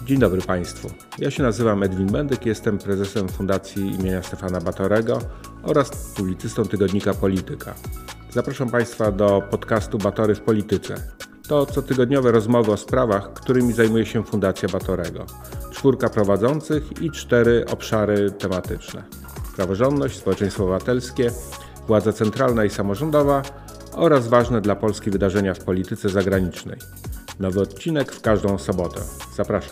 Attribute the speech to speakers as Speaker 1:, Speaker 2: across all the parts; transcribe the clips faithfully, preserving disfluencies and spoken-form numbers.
Speaker 1: Dzień dobry Państwu. Ja się nazywam Edwin Bendyk, jestem prezesem Fundacji imienia Stefana Batorego oraz publicystą tygodnika Polityka. Zapraszam Państwa do podcastu Batory w Polityce. To cotygodniowe rozmowy o sprawach, którymi zajmuje się Fundacja Batorego. Czwórka prowadzących i cztery obszary tematyczne. Praworządność, społeczeństwo obywatelskie, władza centralna i samorządowa oraz ważne dla Polski wydarzenia w polityce zagranicznej. Nowy odcinek w każdą sobotę. Zapraszam.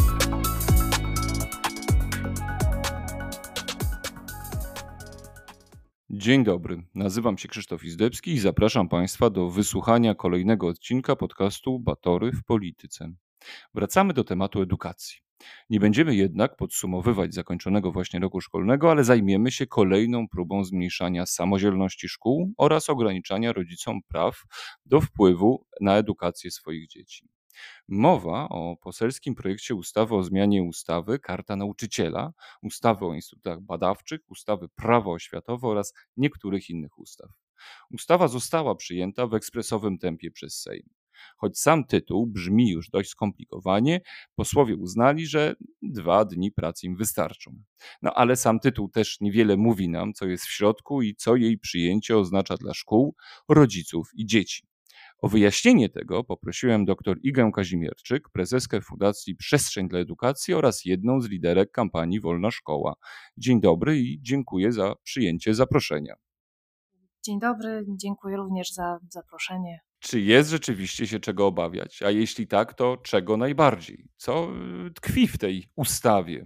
Speaker 2: Dzień dobry, nazywam się Krzysztof Izdebski i zapraszam Państwa do wysłuchania kolejnego odcinka podcastu Batory w Polityce. Wracamy do tematu edukacji. Nie będziemy jednak podsumowywać zakończonego właśnie roku szkolnego, ale zajmiemy się kolejną próbą zmniejszania samodzielności szkół oraz ograniczania rodzicom praw do wpływu na edukację swoich dzieci. Mowa o poselskim projekcie ustawy o zmianie ustawy Karta Nauczyciela, ustawy o instytutach badawczych, ustawy Prawo oświatowe oraz niektórych innych ustaw. Ustawa została przyjęta w ekspresowym tempie przez Sejm. Choć sam tytuł brzmi już dość skomplikowanie, posłowie uznali, że dwa dni pracy im wystarczą. No ale sam tytuł też niewiele mówi nam, co jest w środku i co jej przyjęcie oznacza dla szkół, rodziców i dzieci. O wyjaśnienie tego poprosiłem dr Igę Kazimierczyk, prezeskę Fundacji Przestrzeń dla Edukacji oraz jedną z liderek kampanii Wolna Szkoła. Dzień dobry i dziękuję za przyjęcie zaproszenia.
Speaker 3: Dzień dobry, dziękuję również za zaproszenie.
Speaker 2: Czy jest rzeczywiście się czego obawiać? A jeśli tak, to czego najbardziej? Co tkwi w tej ustawie?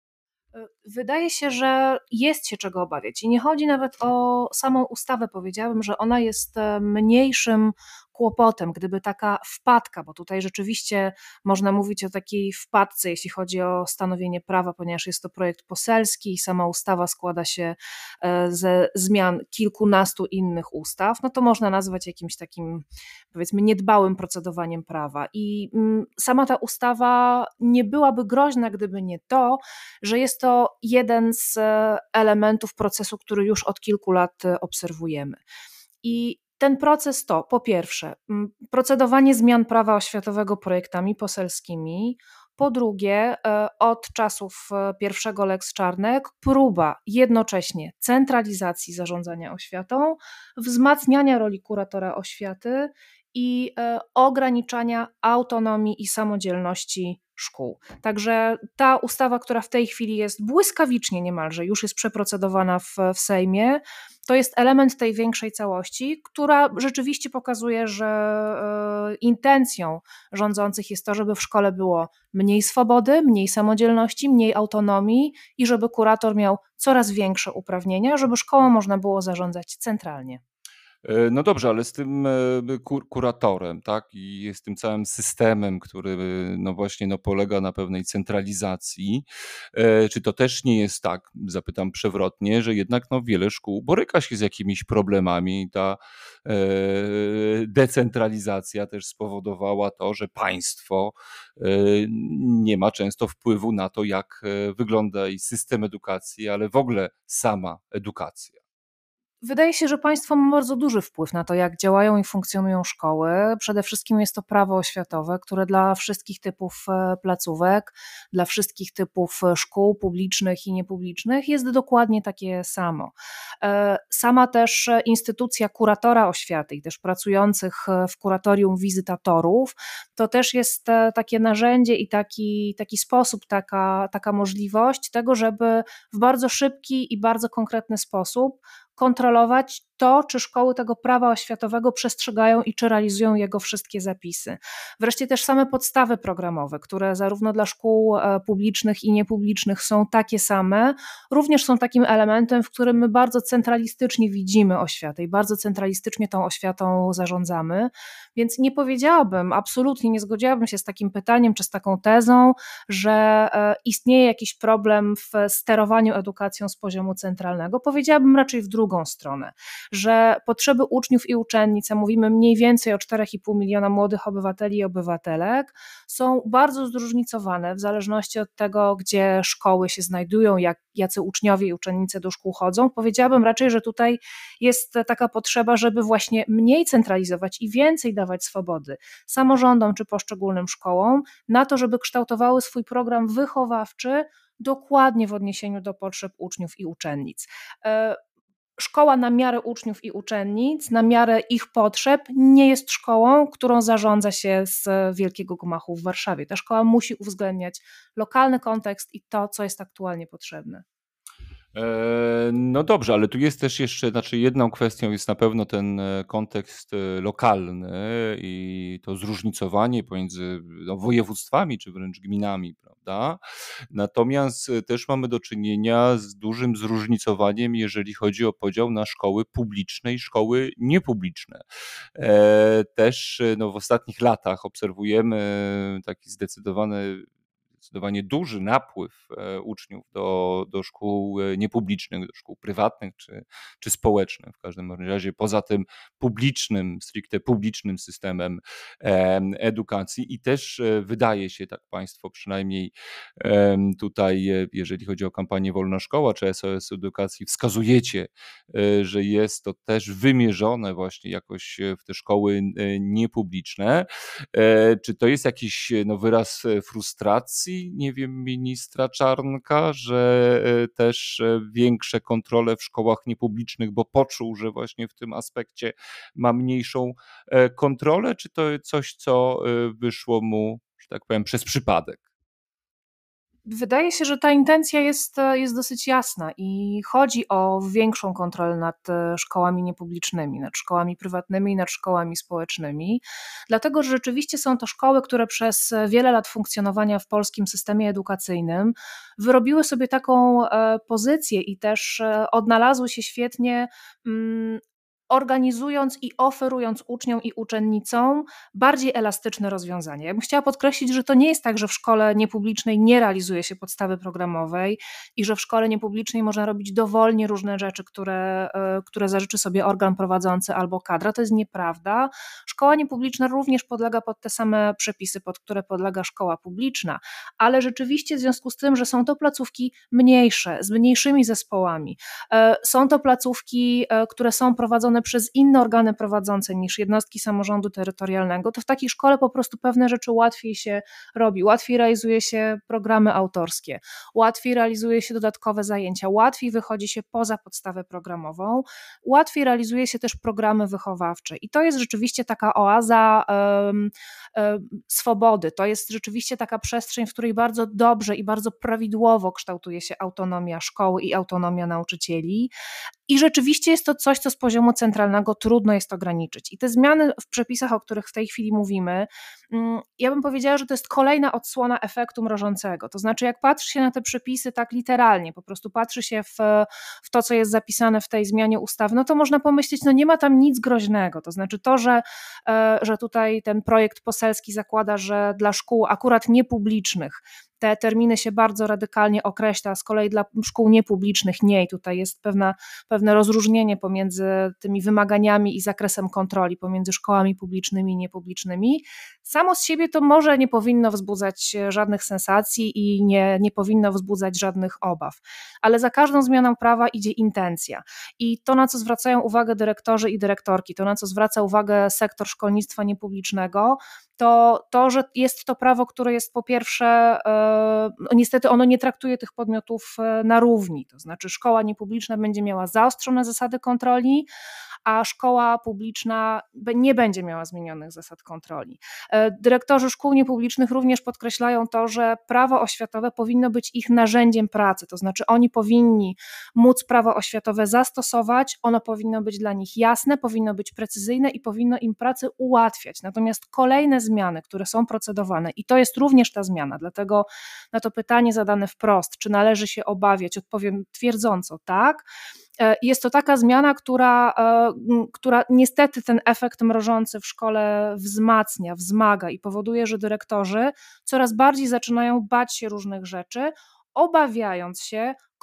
Speaker 3: Wydaje się, że jest się czego obawiać i nie chodzi nawet o samą ustawę. Powiedziałabym, że ona jest mniejszym kłopotem, gdyby taka wpadka, bo tutaj rzeczywiście można mówić o takiej wpadce, jeśli chodzi o stanowienie prawa, ponieważ jest to projekt poselski i sama ustawa składa się ze zmian kilkunastu innych ustaw, no to można nazwać jakimś takim, powiedzmy, niedbałym procedowaniem prawa. I sama ta ustawa nie byłaby groźna, gdyby nie to, że jest to jeden z elementów procesu, który już od kilku lat obserwujemy. I ten proces to, po pierwsze, procedowanie zmian prawa oświatowego projektami poselskimi, po drugie, od czasów pierwszego Lex Czarnek, próba jednocześnie centralizacji zarządzania oświatą, wzmacniania roli kuratora oświaty i ograniczania autonomii i samodzielności szkół. Także ta ustawa, która w tej chwili jest błyskawicznie niemalże, już jest przeprocedowana w, w Sejmie, to jest element tej większej całości, która rzeczywiście pokazuje, że e, intencją rządzących jest to, żeby w szkole było mniej swobody, mniej samodzielności, mniej autonomii i żeby kurator miał coraz większe uprawnienia, żeby szkołą można było zarządzać centralnie.
Speaker 2: No dobrze, ale z tym kur- kuratorem, tak, i z tym całym systemem, który no właśnie no polega na pewnej centralizacji, e, czy to też nie jest tak, zapytam przewrotnie, że jednak no wiele szkół boryka się z jakimiś problemami i ta e, decentralizacja też spowodowała to, że państwo e, nie ma często wpływu na to, jak wygląda i system edukacji, ale w ogóle sama edukacja.
Speaker 3: Wydaje się, że państwo ma bardzo duży wpływ na to, jak działają i funkcjonują szkoły. Przede wszystkim jest to prawo oświatowe, które dla wszystkich typów placówek, dla wszystkich typów szkół publicznych i niepublicznych jest dokładnie takie samo. Sama też instytucja kuratora oświaty i też pracujących w kuratorium wizytatorów, to też jest takie narzędzie i taki, taki sposób, taka, taka możliwość tego, żeby w bardzo szybki i bardzo konkretny sposób kontrolować to, czy szkoły tego prawa oświatowego przestrzegają i czy realizują jego wszystkie zapisy. Wreszcie też same podstawy programowe, które zarówno dla szkół publicznych i niepublicznych są takie same, również są takim elementem, w którym my bardzo centralistycznie widzimy oświatę i bardzo centralistycznie tą oświatą zarządzamy, więc nie powiedziałabym, absolutnie nie zgodziłabym się z takim pytaniem czy z taką tezą, że istnieje jakiś problem w sterowaniu edukacją z poziomu centralnego. Powiedziałabym raczej w drugą drugą stronę, że potrzeby uczniów i uczennic, a mówimy mniej więcej o cztery i pół miliona młodych obywateli i obywatelek, są bardzo zróżnicowane w zależności od tego, gdzie szkoły się znajdują, jak, jacy uczniowie i uczennice do szkół chodzą. Powiedziałabym raczej, że tutaj jest taka potrzeba, żeby właśnie mniej centralizować i więcej dawać swobody samorządom czy poszczególnym szkołom na to, żeby kształtowały swój program wychowawczy dokładnie w odniesieniu do potrzeb uczniów i uczennic. Szkoła na miarę uczniów i uczennic, na miarę ich potrzeb nie jest szkołą, którą zarządza się z wielkiego gmachu w Warszawie. Ta szkoła musi uwzględniać lokalny kontekst i to, co jest aktualnie potrzebne.
Speaker 2: No dobrze, ale tu jest też jeszcze, znaczy jedną kwestią jest na pewno ten kontekst lokalny i to zróżnicowanie pomiędzy no, województwami czy wręcz gminami, prawda? Natomiast też mamy do czynienia z dużym zróżnicowaniem, jeżeli chodzi o podział na szkoły publiczne i szkoły niepubliczne. Też no, w ostatnich latach obserwujemy taki zdecydowany zdecydowanie duży napływ uczniów do, do szkół niepublicznych, do szkół prywatnych czy, czy społecznych. W każdym razie poza tym publicznym, stricte publicznym systemem edukacji i też wydaje się, tak Państwo przynajmniej tutaj, jeżeli chodzi o kampanię Wolna Szkoła czy S O S Edukacji, wskazujecie, że jest to też wymierzone właśnie jakoś w te szkoły niepubliczne. Czy to jest jakiś no, wyraz frustracji, nie wiem, ministra Czarnka, że też większe kontrole w szkołach niepublicznych, bo poczuł, że właśnie w tym aspekcie ma mniejszą kontrolę, czy to coś, co wyszło mu, że tak powiem, przez przypadek?
Speaker 3: Wydaje się, że ta intencja jest, jest dosyć jasna i chodzi o większą kontrolę nad szkołami niepublicznymi, nad szkołami prywatnymi i nad szkołami społecznymi, dlatego że rzeczywiście są to szkoły, które przez wiele lat funkcjonowania w polskim systemie edukacyjnym wyrobiły sobie taką pozycję i też odnalazły się świetnie organizując i oferując uczniom i uczennicom bardziej elastyczne rozwiązania. Ja bym chciała podkreślić, że to nie jest tak, że w szkole niepublicznej nie realizuje się podstawy programowej i że w szkole niepublicznej można robić dowolnie różne rzeczy, które, które zażyczy sobie organ prowadzący albo kadra. To jest nieprawda. Szkoła niepubliczna również podlega pod te same przepisy, pod które podlega szkoła publiczna, ale rzeczywiście w związku z tym, że są to placówki mniejsze, z mniejszymi zespołami, są to placówki, które są prowadzone przez inne organy prowadzące niż jednostki samorządu terytorialnego, to w takiej szkole po prostu pewne rzeczy łatwiej się robi, łatwiej realizuje się programy autorskie, łatwiej realizuje się dodatkowe zajęcia, łatwiej wychodzi się poza podstawę programową, łatwiej realizuje się też programy wychowawcze i to jest rzeczywiście taka oaza um, um, swobody, to jest rzeczywiście taka przestrzeń, w której bardzo dobrze i bardzo prawidłowo kształtuje się autonomia szkoły i autonomia nauczycieli. I rzeczywiście jest to coś, co z poziomu centralnego trudno jest ograniczyć. I te zmiany w przepisach, o których w tej chwili mówimy, ja bym powiedziała, że to jest kolejna odsłona efektu mrożącego. To znaczy, jak patrzy się na te przepisy tak literalnie, po prostu patrzy się w, w to, co jest zapisane w tej zmianie ustawy, no to można pomyśleć, no nie ma tam nic groźnego. To znaczy to, że, że tutaj ten projekt poselski zakłada, że dla szkół akurat niepublicznych te terminy się bardzo radykalnie określa, a z kolei dla szkół niepublicznych nie i tutaj jest pewna, pewne rozróżnienie pomiędzy tymi wymaganiami i zakresem kontroli pomiędzy szkołami publicznymi i niepublicznymi. Samo z siebie to może nie powinno wzbudzać żadnych sensacji i nie, nie powinno wzbudzać żadnych obaw, ale za każdą zmianą prawa idzie intencja i to, na co zwracają uwagę dyrektorzy i dyrektorki, to, na co zwraca uwagę sektor szkolnictwa niepublicznego, to to, że jest to prawo, które jest po pierwsze, no niestety ono nie traktuje tych podmiotów na równi, to znaczy szkoła niepubliczna będzie miała zaostrzone zasady kontroli, a szkoła publiczna nie będzie miała zmienionych zasad kontroli. Dyrektorzy szkół niepublicznych również podkreślają to, że prawo oświatowe powinno być ich narzędziem pracy, to znaczy oni powinni móc prawo oświatowe zastosować, ono powinno być dla nich jasne, powinno być precyzyjne i powinno im pracę ułatwiać. Natomiast kolejne zmiany, które są procedowane i to jest również ta zmiana, dlatego na to pytanie zadane wprost, czy należy się obawiać, odpowiem twierdząco tak. Jest to taka zmiana, która, która niestety ten efekt mrożący w szkole wzmacnia, wzmaga i powoduje, że dyrektorzy coraz bardziej zaczynają bać się różnych rzeczy, obawiając się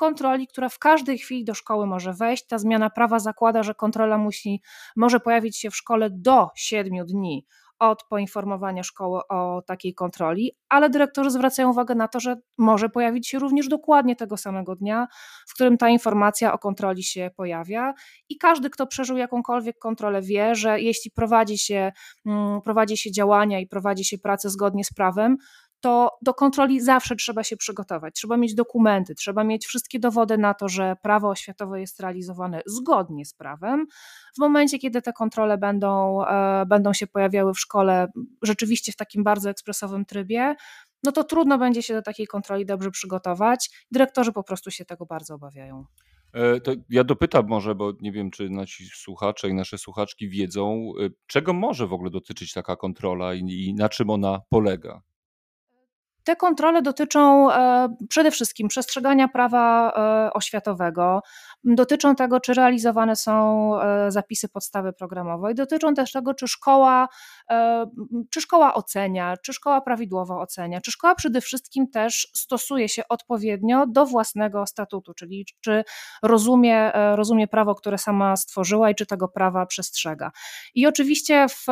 Speaker 3: kontroli, która w każdej chwili do szkoły może wejść. Ta zmiana prawa zakłada, że kontrola musi, może pojawić się w szkole do siedmiu dni od poinformowania szkoły o takiej kontroli, ale dyrektorzy zwracają uwagę na to, że może pojawić się również dokładnie tego samego dnia, w którym ta informacja o kontroli się pojawia i każdy, kto przeżył jakąkolwiek kontrolę, wie, że jeśli prowadzi się, prowadzi się działania i prowadzi się pracę zgodnie z prawem, to do kontroli zawsze trzeba się przygotować, trzeba mieć dokumenty, trzeba mieć wszystkie dowody na to, że prawo oświatowe jest realizowane zgodnie z prawem. W momencie, kiedy te kontrole będą, e, będą się pojawiały w szkole rzeczywiście w takim bardzo ekspresowym trybie, no to trudno będzie się do takiej kontroli dobrze przygotować. Dyrektorzy po prostu się tego bardzo obawiają.
Speaker 2: To ja dopytam może, bo nie wiem, czy nasi słuchacze i nasze słuchaczki wiedzą, czego może w ogóle dotyczyć taka kontrola i, i na czym ona polega.
Speaker 3: Te kontrole dotyczą przede wszystkim przestrzegania prawa oświatowego, dotyczą tego, czy realizowane są zapisy podstawy programowej, dotyczą też tego, czy szkoła, czy szkoła ocenia, czy szkoła prawidłowo ocenia, czy szkoła przede wszystkim też stosuje się odpowiednio do własnego statutu, czyli czy rozumie, rozumie prawo, które sama stworzyła i czy tego prawa przestrzega. I oczywiście w,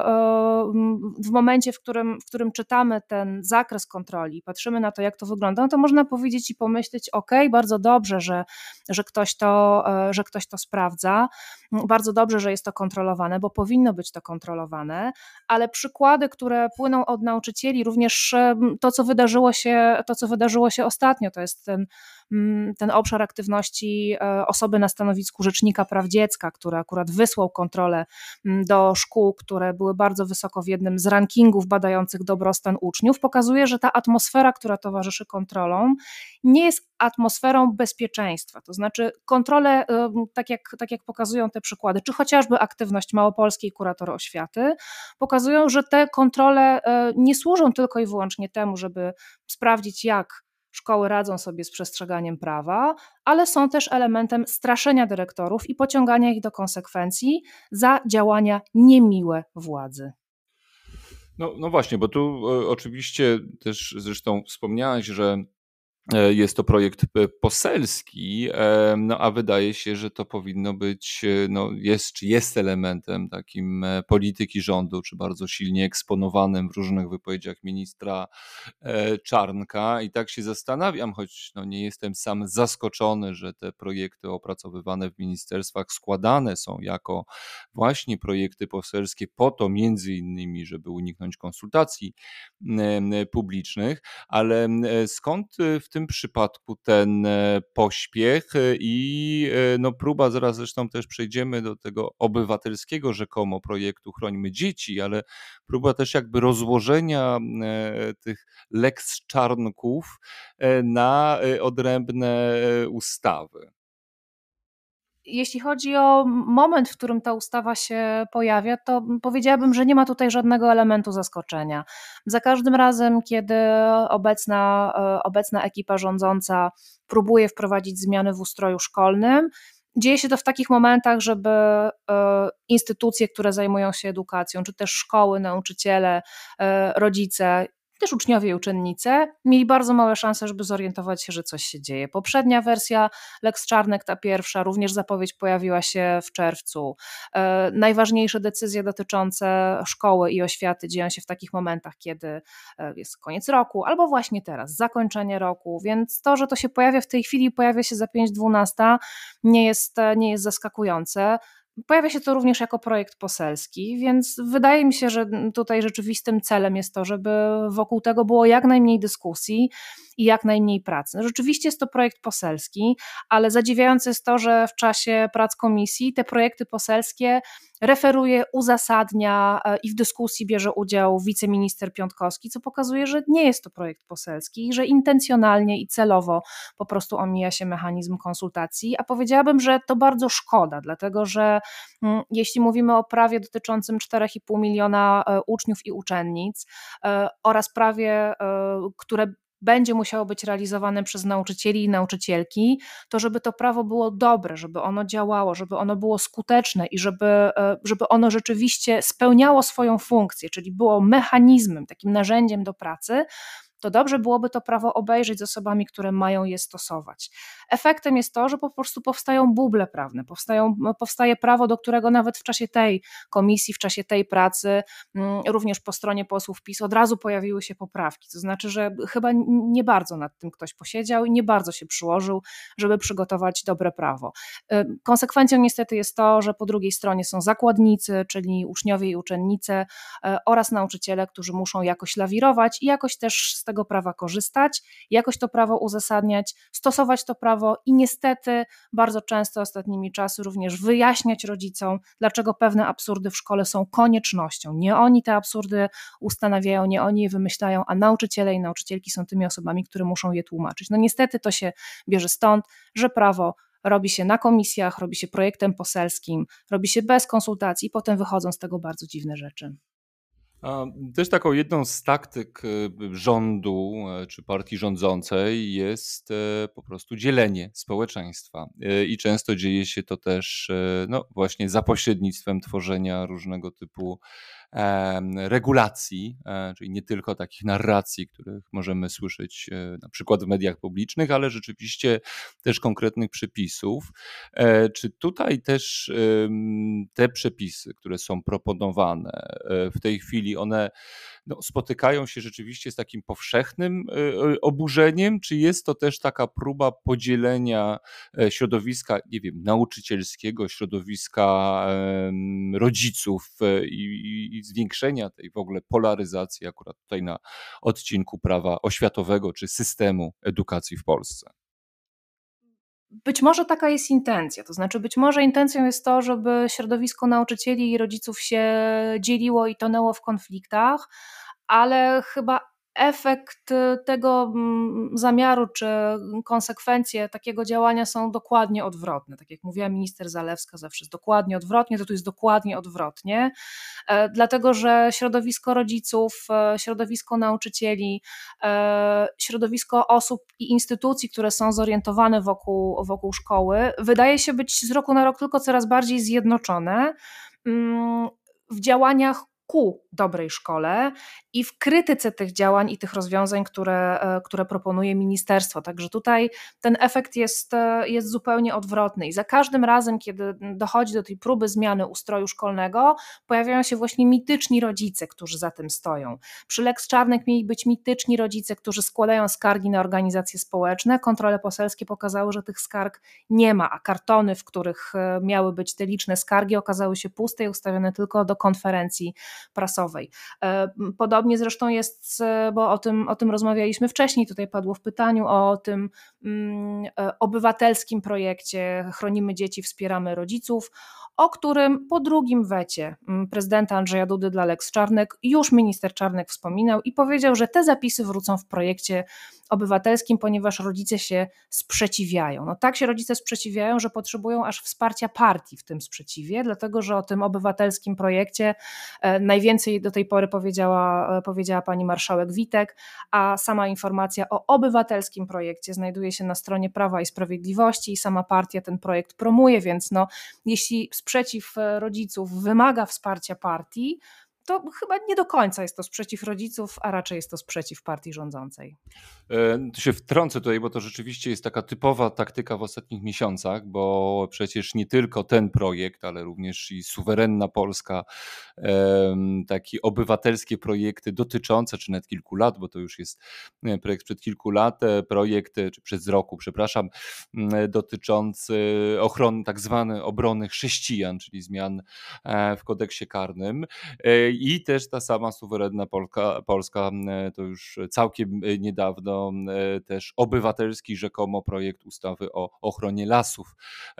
Speaker 3: w momencie, w którym, w którym czytamy ten zakres kontroli, kontroli, patrzymy na to, jak to wygląda, no to można powiedzieć i pomyśleć, ok, bardzo dobrze, że, że, ktoś to, że ktoś to sprawdza, bardzo dobrze, że jest to kontrolowane, bo powinno być to kontrolowane, ale przykłady, które płyną od nauczycieli, również to, co wydarzyło się, to, co wydarzyło się ostatnio, to jest ten ten obszar aktywności osoby na stanowisku rzecznika praw dziecka, który akurat wysłał kontrolę do szkół, które były bardzo wysoko w jednym z rankingów badających dobrostan uczniów, pokazuje, że ta atmosfera, która towarzyszy kontrolom, nie jest atmosferą bezpieczeństwa. To znaczy kontrole, tak jak, tak jak pokazują te przykłady, czy chociażby aktywność małopolskiej kuratory oświaty, pokazują, że te kontrole nie służą tylko i wyłącznie temu, żeby sprawdzić, jak szkoły radzą sobie z przestrzeganiem prawa, ale są też elementem straszenia dyrektorów i pociągania ich do konsekwencji za działania niemiłe władzy.
Speaker 2: No, no właśnie, bo tu oczywiście też zresztą wspomniałaś, że jest to projekt poselski, no a wydaje się, że to powinno być, no jest, czy jest elementem takim polityki rządu, czy bardzo silnie eksponowanym w różnych wypowiedziach ministra Czarnka i tak się zastanawiam, choć no nie jestem sam zaskoczony, że te projekty opracowywane w ministerstwach składane są jako właśnie projekty poselskie po to między innymi, żeby uniknąć konsultacji publicznych, ale skąd w tym przypadku ten pośpiech i no próba, zaraz zresztą też przejdziemy do tego obywatelskiego rzekomo projektu Chrońmy Dzieci, ale próba też jakby rozłożenia tych lex Czarnków na odrębne ustawy.
Speaker 3: Jeśli chodzi o moment, w którym ta ustawa się pojawia, to powiedziałabym, że nie ma tutaj żadnego elementu zaskoczenia. Za każdym razem, kiedy obecna, obecna ekipa rządząca próbuje wprowadzić zmiany w ustroju szkolnym, dzieje się to w takich momentach, żeby instytucje, które zajmują się edukacją, czy też szkoły, nauczyciele, rodzice, też uczniowie i uczennice mieli bardzo małe szanse, żeby zorientować się, że coś się dzieje. Poprzednia wersja Lex Czarnek, ta pierwsza, również zapowiedź pojawiła się w czerwcu. E, najważniejsze decyzje dotyczące szkoły i oświaty dzieją się w takich momentach, kiedy jest koniec roku, albo właśnie teraz, zakończenie roku, więc to, że to się pojawia w tej chwili, pojawia się za pięć dwunasta, nie jest, nie jest zaskakujące. Pojawia się to również jako projekt poselski, więc wydaje mi się, że tutaj rzeczywistym celem jest to, żeby wokół tego było jak najmniej dyskusji i jak najmniej pracy. Rzeczywiście jest to projekt poselski, ale zadziwiające jest to, że w czasie prac komisji te projekty poselskie referuje, uzasadnia i w dyskusji bierze udział wiceminister Piątkowski, co pokazuje, że nie jest to projekt poselski i że intencjonalnie i celowo po prostu omija się mechanizm konsultacji, a powiedziałabym, że to bardzo szkoda, dlatego że mm, jeśli mówimy o prawie dotyczącym czterech i pół miliona uczniów i uczennic e, oraz prawie, e, które będzie musiało być realizowane przez nauczycieli i nauczycielki, to żeby to prawo było dobre, żeby ono działało, żeby ono było skuteczne i żeby, żeby ono rzeczywiście spełniało swoją funkcję, czyli było mechanizmem, takim narzędziem do pracy, to dobrze byłoby to prawo obejrzeć z osobami, które mają je stosować. Efektem jest to, że po prostu powstają buble prawne, powstają, powstaje prawo, do którego nawet w czasie tej komisji, w czasie tej pracy, również po stronie posłów PiS od razu pojawiły się poprawki. To znaczy, że chyba nie bardzo nad tym ktoś posiedział i nie bardzo się przyłożył, żeby przygotować dobre prawo. Konsekwencją niestety jest to, że po drugiej stronie są zakładnicy, czyli uczniowie i uczennice oraz nauczyciele, którzy muszą jakoś lawirować i jakoś też z tego prawa korzystać, jakoś to prawo uzasadniać, stosować to prawo i niestety bardzo często ostatnimi czasy również wyjaśniać rodzicom, dlaczego pewne absurdy w szkole są koniecznością. Nie oni te absurdy ustanawiają, nie oni je wymyślają, a nauczyciele i nauczycielki są tymi osobami, które muszą je tłumaczyć. No niestety to się bierze stąd, że prawo robi się na komisjach, robi się projektem poselskim, robi się bez konsultacji i potem wychodzą z tego bardzo dziwne rzeczy.
Speaker 2: A też taką jedną z taktyk rządu czy partii rządzącej jest po prostu dzielenie społeczeństwa i często dzieje się to też no, właśnie za pośrednictwem tworzenia różnego typu regulacji, czyli nie tylko takich narracji, których możemy słyszeć na przykład w mediach publicznych, ale rzeczywiście też konkretnych przepisów. Czy tutaj też te przepisy, które są proponowane w tej chwili, one no, spotykają się rzeczywiście z takim powszechnym oburzeniem, czy jest to też taka próba podzielenia środowiska, nie wiem, nauczycielskiego, środowiska rodziców i, i zwiększenia tej w ogóle polaryzacji akurat tutaj na odcinku prawa oświatowego czy systemu edukacji w Polsce?
Speaker 3: Być może taka jest intencja, to znaczy być może intencją jest to, żeby środowisko nauczycieli i rodziców się dzieliło i tonęło w konfliktach, ale chyba efekt tego zamiaru czy konsekwencje takiego działania są dokładnie odwrotne. Tak jak mówiła minister Zalewska, zawsze jest dokładnie odwrotnie, to tu jest dokładnie odwrotnie, dlatego że środowisko rodziców, środowisko nauczycieli, środowisko osób i instytucji, które są zorientowane wokół, wokół szkoły, wydaje się być z roku na rok tylko coraz bardziej zjednoczone w działaniach ku dobrej szkole i w krytyce tych działań i tych rozwiązań, które, które proponuje ministerstwo. Także tutaj ten efekt jest, jest zupełnie odwrotny i za każdym razem, kiedy dochodzi do tej próby zmiany ustroju szkolnego, pojawiają się właśnie mityczni rodzice, którzy za tym stoją. Przy Lex Czarnek mieli być mityczni rodzice, którzy składają skargi na organizacje społeczne. Kontrole poselskie pokazały, że tych skarg nie ma, a kartony, w których miały być te liczne skargi, okazały się puste i ustawione tylko do konferencji prasowej. Podobnie zresztą jest, bo o tym, o tym rozmawialiśmy wcześniej, tutaj padło w pytaniu o tym mm, obywatelskim projekcie Chronimy dzieci, wspieramy rodziców, o którym po drugim wecie prezydenta Andrzeja Dudy dla Lex Czarnek już minister Czarnek wspominał i powiedział, że te zapisy wrócą w projekcie obywatelskim, ponieważ rodzice się sprzeciwiają. No tak się rodzice sprzeciwiają, że potrzebują aż wsparcia partii w tym sprzeciwie, dlatego że o tym obywatelskim projekcie najwięcej do tej pory powiedziała, powiedziała pani marszałek Witek, a sama informacja o obywatelskim projekcie znajduje się na stronie Prawa i Sprawiedliwości i sama partia ten projekt promuje, więc no, jeśli sprzeciw rodziców wymaga wsparcia partii, to chyba nie do końca jest to sprzeciw rodziców, a raczej jest to sprzeciw partii rządzącej.
Speaker 2: To się wtrącę tutaj, bo to rzeczywiście jest taka typowa taktyka w ostatnich miesiącach, bo przecież nie tylko ten projekt, ale również i Suwerenna Polska, takie obywatelskie projekty dotyczące, czy nawet kilku lat, bo to już jest projekt przed kilku lat, projekt, czy przed roku, przepraszam, dotyczący ochrony, tak zwanej obrony chrześcijan, czyli zmian w kodeksie karnym. I też ta sama Suwerenna Polska, Polska to już całkiem niedawno też obywatelski rzekomo projekt ustawy o ochronie lasów.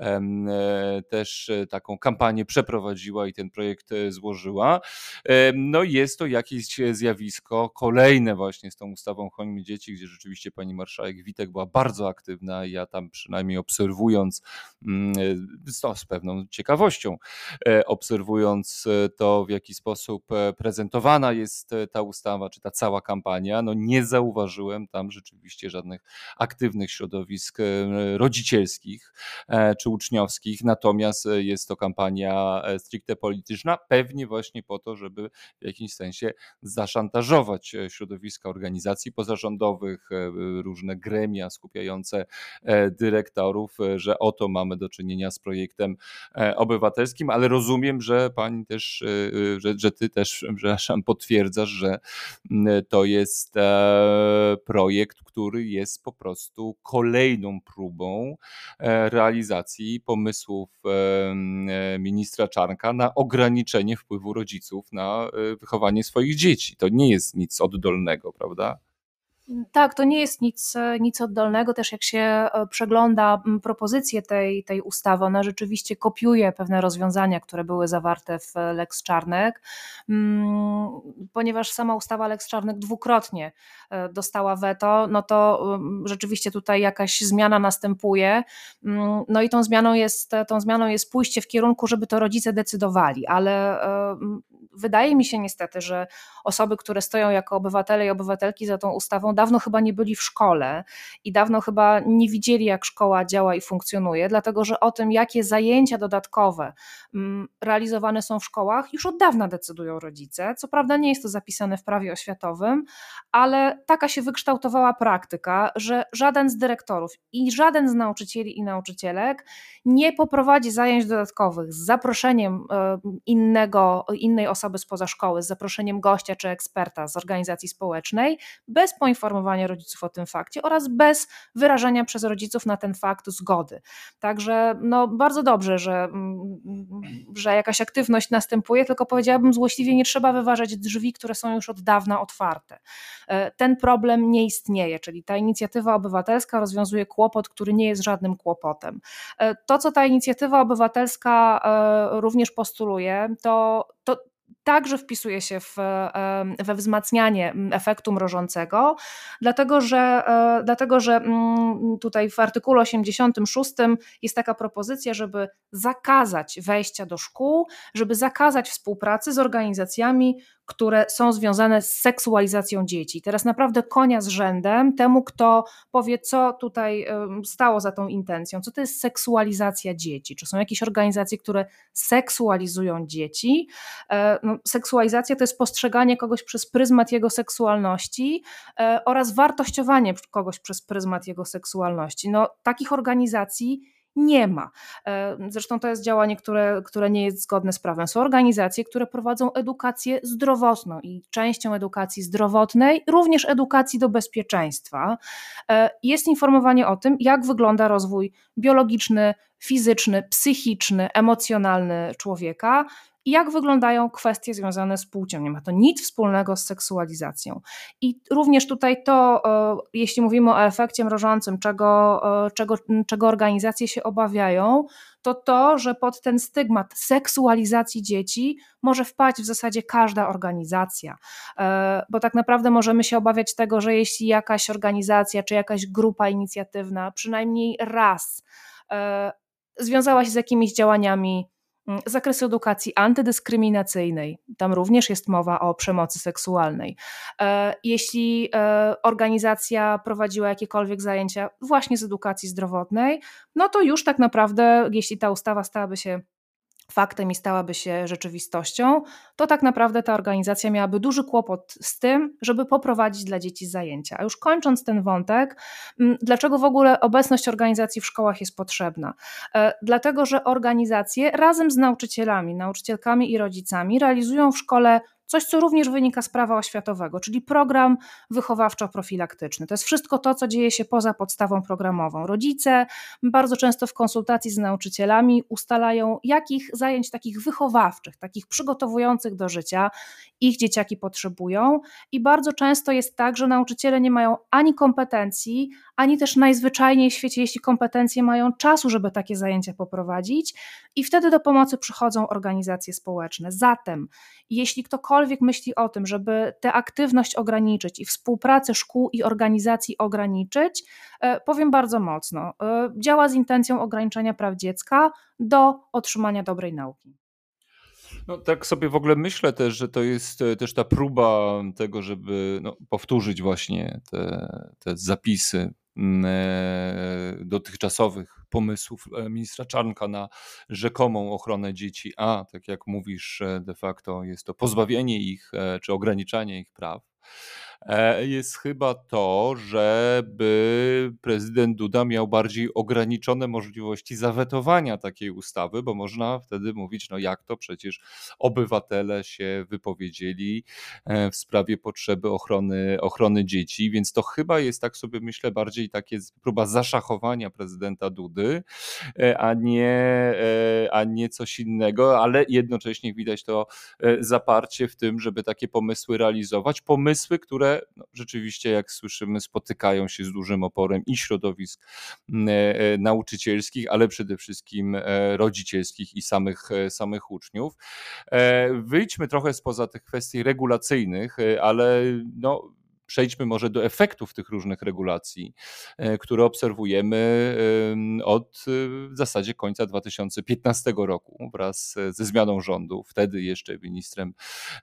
Speaker 2: Też taką kampanię przeprowadziła i ten projekt złożyła. No i jest to jakieś zjawisko kolejne właśnie z tą ustawą Chronimy dzieci, gdzie rzeczywiście pani marszałek Witek była bardzo aktywna i ja tam przynajmniej obserwując to z pewną ciekawością, obserwując to, w jaki sposób sposób prezentowana jest ta ustawa, czy ta cała kampania, no nie zauważyłem tam rzeczywiście żadnych aktywnych środowisk rodzicielskich czy uczniowskich, natomiast jest to kampania stricte polityczna, pewnie właśnie po to, żeby w jakimś sensie zaszantażować środowiska organizacji pozarządowych, różne gremia skupiające dyrektorów, że oto mamy do czynienia z projektem obywatelskim, ale rozumiem, że pani też, że, że ty też, przepraszam, potwierdzasz, że to jest projekt, który jest po prostu kolejną próbą realizacji pomysłów ministra Czarnka na ograniczenie wpływu rodziców na wychowanie swoich dzieci. To nie jest nic oddolnego, prawda?
Speaker 3: Tak, to nie jest nic, nic oddolnego. Też jak się przegląda propozycję tej, tej ustawy, ona rzeczywiście kopiuje pewne rozwiązania, które były zawarte w Lex Czarnek, ponieważ sama ustawa Lex Czarnek dwukrotnie dostała weto, no to rzeczywiście tutaj jakaś zmiana następuje. No i tą zmianą jest, tą zmianą jest pójście w kierunku, żeby to rodzice decydowali, ale wydaje mi się niestety, że osoby, które stoją jako obywatele i obywatelki za tą ustawą, dawno chyba nie byli w szkole i dawno chyba nie widzieli, jak szkoła działa i funkcjonuje, dlatego że o tym, jakie zajęcia dodatkowe realizowane są w szkołach, już od dawna decydują rodzice. Co prawda nie jest to zapisane w prawie oświatowym, ale taka się wykształtowała praktyka, że żaden z dyrektorów i żaden z nauczycieli i nauczycielek nie poprowadzi zajęć dodatkowych z zaproszeniem innego, innej osoby spoza szkoły, z zaproszeniem gościa czy eksperta z organizacji społecznej, bez poinformowania rodziców o tym fakcie oraz bez wyrażania przez rodziców na ten fakt zgody. Także no, bardzo dobrze, że, że jakaś aktywność następuje, tylko powiedziałabym złośliwie, nie trzeba wyważać drzwi, które są już od dawna otwarte. Ten problem nie istnieje, czyli ta inicjatywa obywatelska rozwiązuje kłopot, który nie jest żadnym kłopotem. To, co ta inicjatywa obywatelska również postuluje, to, to także wpisuje się w, we wzmacnianie efektu mrożącego, dlatego że, dlatego, że tutaj w artykule osiemdziesiątym szóstym jest taka propozycja, żeby zakazać wejścia do szkół, żeby zakazać współpracy z organizacjami, które są związane z seksualizacją dzieci. Teraz naprawdę konia z rzędem temu, kto powie, co tutaj stało za tą intencją, co to jest seksualizacja dzieci, czy są jakieś organizacje, które seksualizują dzieci. No, seksualizacja to jest postrzeganie kogoś przez pryzmat jego seksualności oraz wartościowanie kogoś przez pryzmat jego seksualności. No, takich organizacji nie ma. Zresztą to jest działanie, które, które nie jest zgodne z prawem. Są organizacje, które prowadzą edukację zdrowotną i częścią edukacji zdrowotnej, również edukacji do bezpieczeństwa, jest informowanie o tym, jak wygląda rozwój biologiczny, fizyczny, psychiczny, emocjonalny człowieka, i jak wyglądają kwestie związane z płcią. Nie ma to nic wspólnego z seksualizacją. I również tutaj to, jeśli mówimy o efekcie mrożącym, czego, czego, czego organizacje się obawiają, to to, że pod ten stygmat seksualizacji dzieci może wpaść w zasadzie każda organizacja. Bo tak naprawdę możemy się obawiać tego, że jeśli jakaś organizacja czy jakaś grupa inicjatywna przynajmniej raz związała się z jakimiś działaniami z zakresu edukacji antydyskryminacyjnej, tam również jest mowa o przemocy seksualnej. Jeśli organizacja prowadziła jakiekolwiek zajęcia właśnie z edukacji zdrowotnej, no to już tak naprawdę, jeśli ta ustawa stałaby się faktem i stałaby się rzeczywistością, to tak naprawdę ta organizacja miałaby duży kłopot z tym, żeby poprowadzić dla dzieci zajęcia. A już kończąc ten wątek, dlaczego w ogóle obecność organizacji w szkołach jest potrzebna? Dlatego, że organizacje razem z nauczycielami, nauczycielkami i rodzicami realizują w szkole coś, co również wynika z prawa oświatowego, czyli program wychowawczo-profilaktyczny. To jest wszystko to, co dzieje się poza podstawą programową. Rodzice bardzo często w konsultacji z nauczycielami ustalają, jakich zajęć takich wychowawczych, takich przygotowujących do życia ich dzieciaki potrzebują i bardzo często jest tak, że nauczyciele nie mają ani kompetencji, ani też najzwyczajniej w świecie, jeśli kompetencje mają czasu, żeby takie zajęcia poprowadzić i wtedy do pomocy przychodzą organizacje społeczne. Zatem jeśli ktokolwiek myśli o tym, żeby tę aktywność ograniczyć i współpracę szkół i organizacji ograniczyć, powiem bardzo mocno, działa z intencją ograniczenia praw dziecka do otrzymania dobrej nauki.
Speaker 2: No, tak sobie w ogóle myślę też, że to jest też ta próba tego, żeby no, powtórzyć właśnie te, te zapisy dotychczasowych pomysłów ministra Czarnka na rzekomą ochronę dzieci, a tak jak mówisz, de facto jest to pozbawienie ich czy ograniczanie ich praw, jest chyba to, żeby prezydent Duda miał bardziej ograniczone możliwości zawetowania takiej ustawy, bo można wtedy mówić, no jak to, przecież obywatele się wypowiedzieli w sprawie potrzeby ochrony, ochrony dzieci, więc to chyba jest, tak sobie myślę, bardziej takie próba zaszachowania prezydenta Dudy, a nie, a nie coś innego, ale jednocześnie widać to zaparcie w tym, żeby takie pomysły realizować, pomysły, które no, rzeczywiście, jak słyszymy, spotykają się z dużym oporem i środowisk nauczycielskich, ale przede wszystkim rodzicielskich i samych, samych uczniów. Wyjdźmy trochę spoza tych kwestii regulacyjnych, ale no, przejdźmy może do efektów tych różnych regulacji, które obserwujemy od w zasadzie końca dwa tysiące piętnastego roku wraz ze zmianą rządu. Wtedy jeszcze ministrem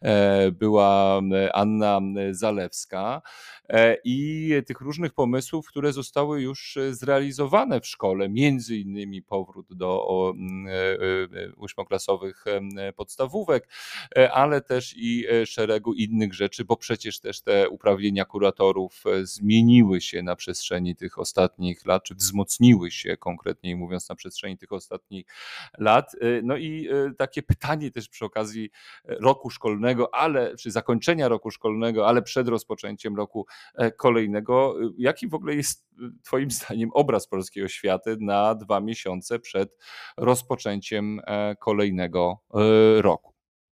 Speaker 2: była Anna Zalewska i tych różnych pomysłów, które zostały już zrealizowane w szkole, między innymi powrót do ósmoklasowych podstawówek, ale też i szeregu innych rzeczy, bo przecież też te uprawnienia kuratorów zmieniły się na przestrzeni tych ostatnich lat, czy wzmocniły się, konkretniej mówiąc, na przestrzeni tych ostatnich lat. No i takie pytanie też przy okazji roku szkolnego, ale czy zakończenia roku szkolnego, ale przed rozpoczęciem roku kolejnego. Jaki w ogóle jest twoim zdaniem obraz polskiej oświaty na dwa miesiące przed rozpoczęciem kolejnego roku?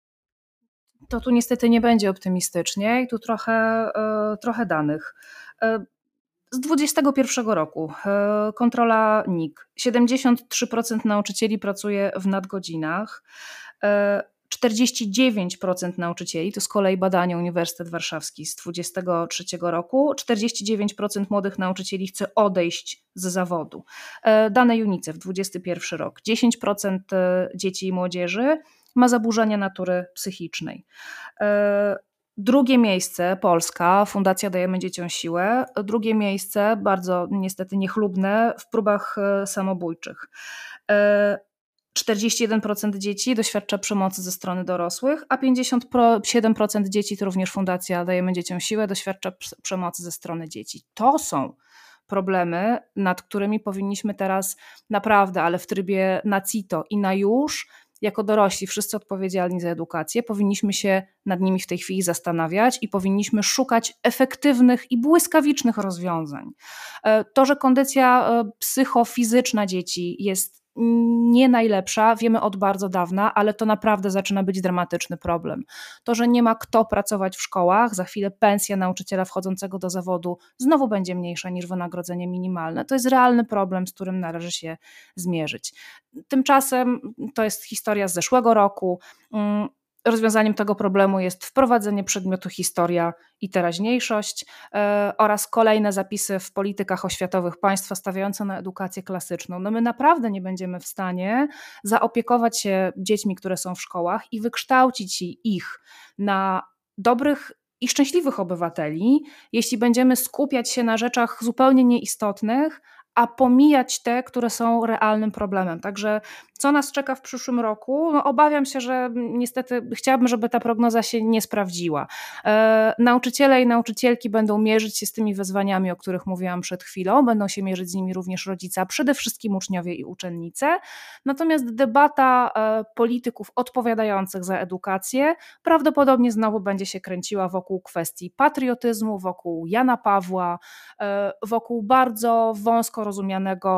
Speaker 3: To tu niestety nie będzie optymistycznie i tu trochę, trochę danych. Z dwudziestego pierwszego roku kontrola N I K. siedemdziesiąt trzy procent nauczycieli pracuje w nadgodzinach. czterdzieści dziewięć procent nauczycieli, to z kolei badanie Uniwersytet Warszawski z dwudziestego trzeciego roku, czterdzieści dziewięć procent młodych nauczycieli chce odejść z zawodu. Dane UNICEF, dwudziesty pierwszy rok, dziesięć procent dzieci i młodzieży ma zaburzenia natury psychicznej. Drugie miejsce, Polska, Fundacja Dajemy Dzieciom Siłę. Drugie miejsce, bardzo niestety niechlubne, w próbach samobójczych. czterdzieści jeden procent dzieci doświadcza przemocy ze strony dorosłych, a pięćdziesiąt siedem procent dzieci, to również Fundacja Dajemy Dzieciom Siłę, doświadcza przemocy ze strony dzieci. To są problemy, nad którymi powinniśmy teraz naprawdę, ale w trybie na cito i na już, jako dorośli, wszyscy odpowiedzialni za edukację, powinniśmy się nad nimi w tej chwili zastanawiać i powinniśmy szukać efektywnych i błyskawicznych rozwiązań. To, że kondycja psychofizyczna dzieci jest nie najlepsza, wiemy od bardzo dawna, ale to naprawdę zaczyna być dramatyczny problem. To, że nie ma kto pracować w szkołach, za chwilę pensja nauczyciela wchodzącego do zawodu znowu będzie mniejsza niż wynagrodzenie minimalne. To jest realny problem, z którym należy się zmierzyć. Tymczasem to jest historia z zeszłego roku. Rozwiązaniem tego problemu jest wprowadzenie przedmiotu historia i teraźniejszość e, oraz kolejne zapisy w politykach oświatowych państwa stawiające na edukację klasyczną. No my naprawdę nie będziemy w stanie zaopiekować się dziećmi, które są w szkołach i wykształcić ich na dobrych i szczęśliwych obywateli, jeśli będziemy skupiać się na rzeczach zupełnie nieistotnych, a pomijać te, które są realnym problemem. Także co nas czeka w przyszłym roku? No, obawiam się, że niestety chciałabym, żeby ta prognoza się nie sprawdziła. E, nauczyciele i nauczycielki będą mierzyć się z tymi wyzwaniami, o których mówiłam przed chwilą, będą się mierzyć z nimi również rodzice, a przede wszystkim uczniowie i uczennice. Natomiast debata e, polityków odpowiadających za edukację prawdopodobnie znowu będzie się kręciła wokół kwestii patriotyzmu, wokół Jana Pawła, e, wokół bardzo wąsko rozumianego,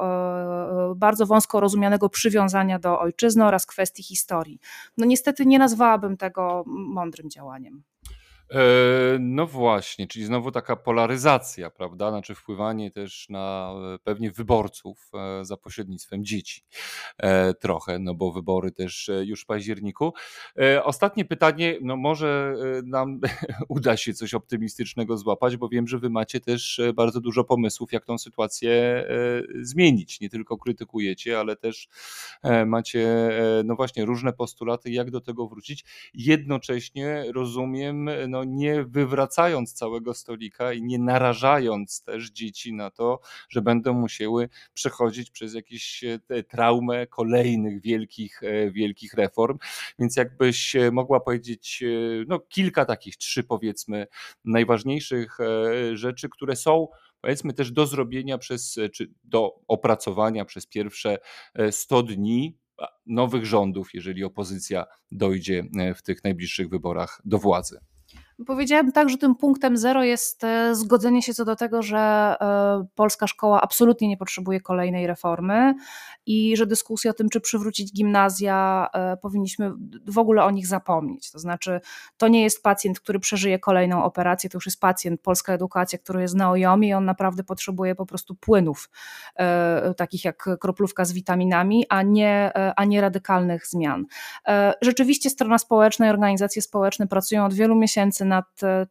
Speaker 3: e, bardzo wąsko rozumianego przywiązania do ojczyzny oraz kwestii historii. No niestety nie nazwałabym tego mądrym działaniem.
Speaker 2: No właśnie, czyli znowu taka polaryzacja, prawda? Znaczy wpływanie też na pewnie wyborców za pośrednictwem dzieci trochę, no bo wybory też już w październiku. Ostatnie pytanie, no może nam uda się coś optymistycznego złapać, bo wiem, że wy macie też bardzo dużo pomysłów, jak tą sytuację zmienić. Nie tylko krytykujecie, ale też macie no właśnie różne postulaty, jak do tego wrócić. Jednocześnie rozumiem, no nie wywracając całego stolika i nie narażając też dzieci na to, że będą musiały przechodzić przez jakieś traumę kolejnych wielkich, wielkich reform. Więc jakbyś mogła powiedzieć no kilka takich, trzy powiedzmy najważniejszych rzeczy, które są powiedzmy też do zrobienia przez, czy do opracowania przez pierwsze sto dni nowych rządów, jeżeli opozycja dojdzie w tych najbliższych wyborach do władzy.
Speaker 3: Powiedziałabym tak, że tym punktem zero jest zgodzenie się co do tego, że polska szkoła absolutnie nie potrzebuje kolejnej reformy i że dyskusja o tym, czy przywrócić gimnazja, powinniśmy w ogóle o nich zapomnieć. To znaczy, to nie jest pacjent, który przeżyje kolejną operację, to już jest pacjent, polska edukacja, który jest na ojomie i on naprawdę potrzebuje po prostu płynów, takich jak kroplówka z witaminami, a nie, a nie radykalnych zmian. Rzeczywiście strona społeczna i organizacje społeczne pracują od wielu miesięcy nad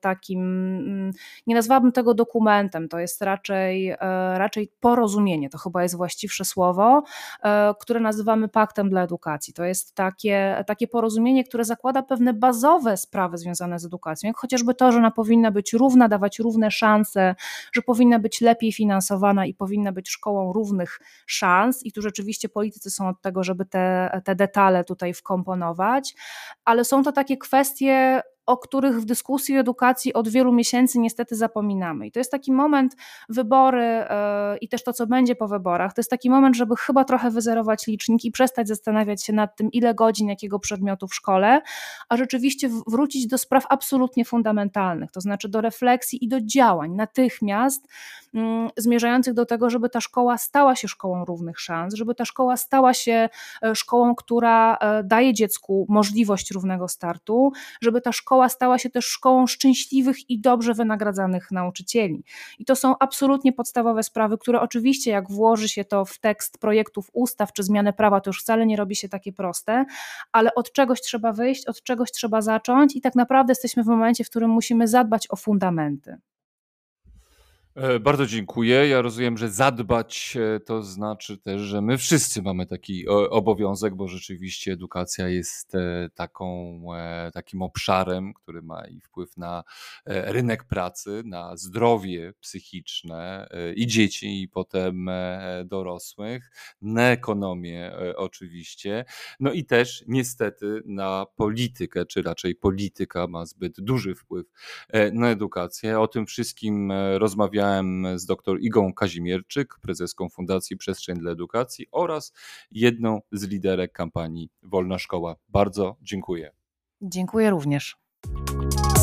Speaker 3: takim, nie nazwałabym tego dokumentem, to jest raczej, raczej porozumienie, to chyba jest właściwsze słowo, które nazywamy Paktem dla Edukacji. To jest takie, takie porozumienie, które zakłada pewne bazowe sprawy związane z edukacją, jak chociażby to, że ona powinna być równa, dawać równe szanse, że powinna być lepiej finansowana i powinna być szkołą równych szans i tu rzeczywiście politycy są od tego, żeby te, te detale tutaj wkomponować, ale są to takie kwestie, o których w dyskusji o edukacji od wielu miesięcy niestety zapominamy. I to jest taki moment, wybory yy, i też to, co będzie po wyborach, to jest taki moment, żeby chyba trochę wyzerować licznik i przestać zastanawiać się nad tym, ile godzin jakiego przedmiotu w szkole, a rzeczywiście wrócić do spraw absolutnie fundamentalnych, to znaczy do refleksji i do działań natychmiast yy, zmierzających do tego, żeby ta szkoła stała się szkołą równych szans, żeby ta szkoła stała się szkołą, która daje dziecku możliwość równego startu, żeby ta szkoła Szkoła stała się też szkołą szczęśliwych i dobrze wynagradzanych nauczycieli. I to są absolutnie podstawowe sprawy, które oczywiście jak włoży się to w tekst projektów ustaw czy zmianę prawa, to już wcale nie robi się takie proste, ale od czegoś trzeba wyjść, od czegoś trzeba zacząć i tak naprawdę jesteśmy w momencie, w którym musimy zadbać o fundamenty.
Speaker 2: Bardzo dziękuję. Ja rozumiem, że zadbać to znaczy też, że my wszyscy mamy taki obowiązek, bo rzeczywiście edukacja jest taką, takim obszarem, który ma i wpływ na rynek pracy, na zdrowie psychiczne i dzieci, i potem dorosłych, na ekonomię oczywiście, no i też niestety na politykę, czy raczej polityka ma zbyt duży wpływ na edukację. O tym wszystkim rozmawiamy z dr Igą Kazimierczyk, prezeską Fundacji Przestrzeń dla Edukacji oraz jedną z liderek kampanii Wolna Szkoła. Bardzo dziękuję.
Speaker 3: Dziękuję również.